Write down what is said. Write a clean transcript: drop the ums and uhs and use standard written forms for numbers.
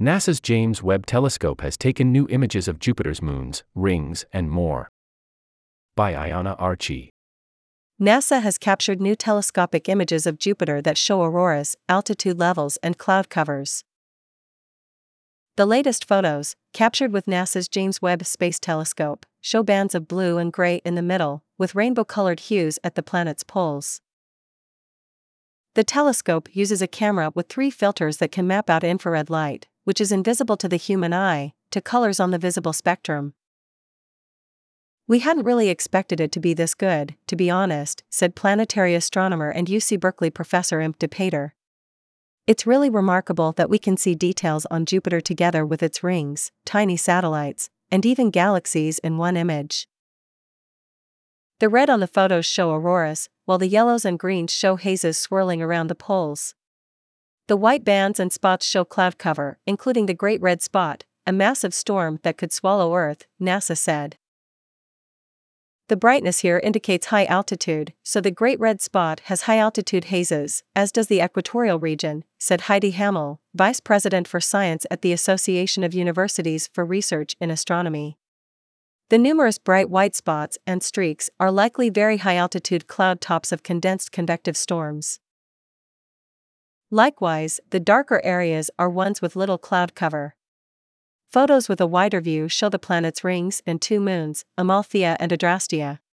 NASA's James Webb Telescope has taken new images of Jupiter's moons, rings, and more. By Ayana Archie. NASA has captured new telescopic images of Jupiter that show auroras, altitude levels, and cloud covers. The latest photos, captured with NASA's James Webb Space Telescope, show bands of blue and gray in the middle, with rainbow-colored hues at the planet's poles. The telescope uses a camera with 3 filters that can map out infrared light, which is invisible to the human eye, to colors on the visible spectrum. "We hadn't really expected it to be this good, to be honest," said planetary astronomer and UC Berkeley professor Imp de Pater. "It's really remarkable that we can see details on Jupiter together with its rings, tiny satellites, and even galaxies in one image." The red on the photos show auroras, while the yellows and greens show hazes swirling around the poles. The white bands and spots show cloud cover, including the Great Red Spot, a massive storm that could swallow Earth, NASA said. "The brightness here indicates high altitude, so the Great Red Spot has high-altitude hazes, as does the equatorial region," said Heidi Hammel, Vice President for Science at the Association of Universities for Research in Astronomy. "The numerous bright white spots and streaks are likely very high-altitude cloud tops of condensed convective storms. Likewise, the darker areas are ones with little cloud cover." Photos with a wider view show the planet's rings and 2 moons, Amalthea and Adrastea.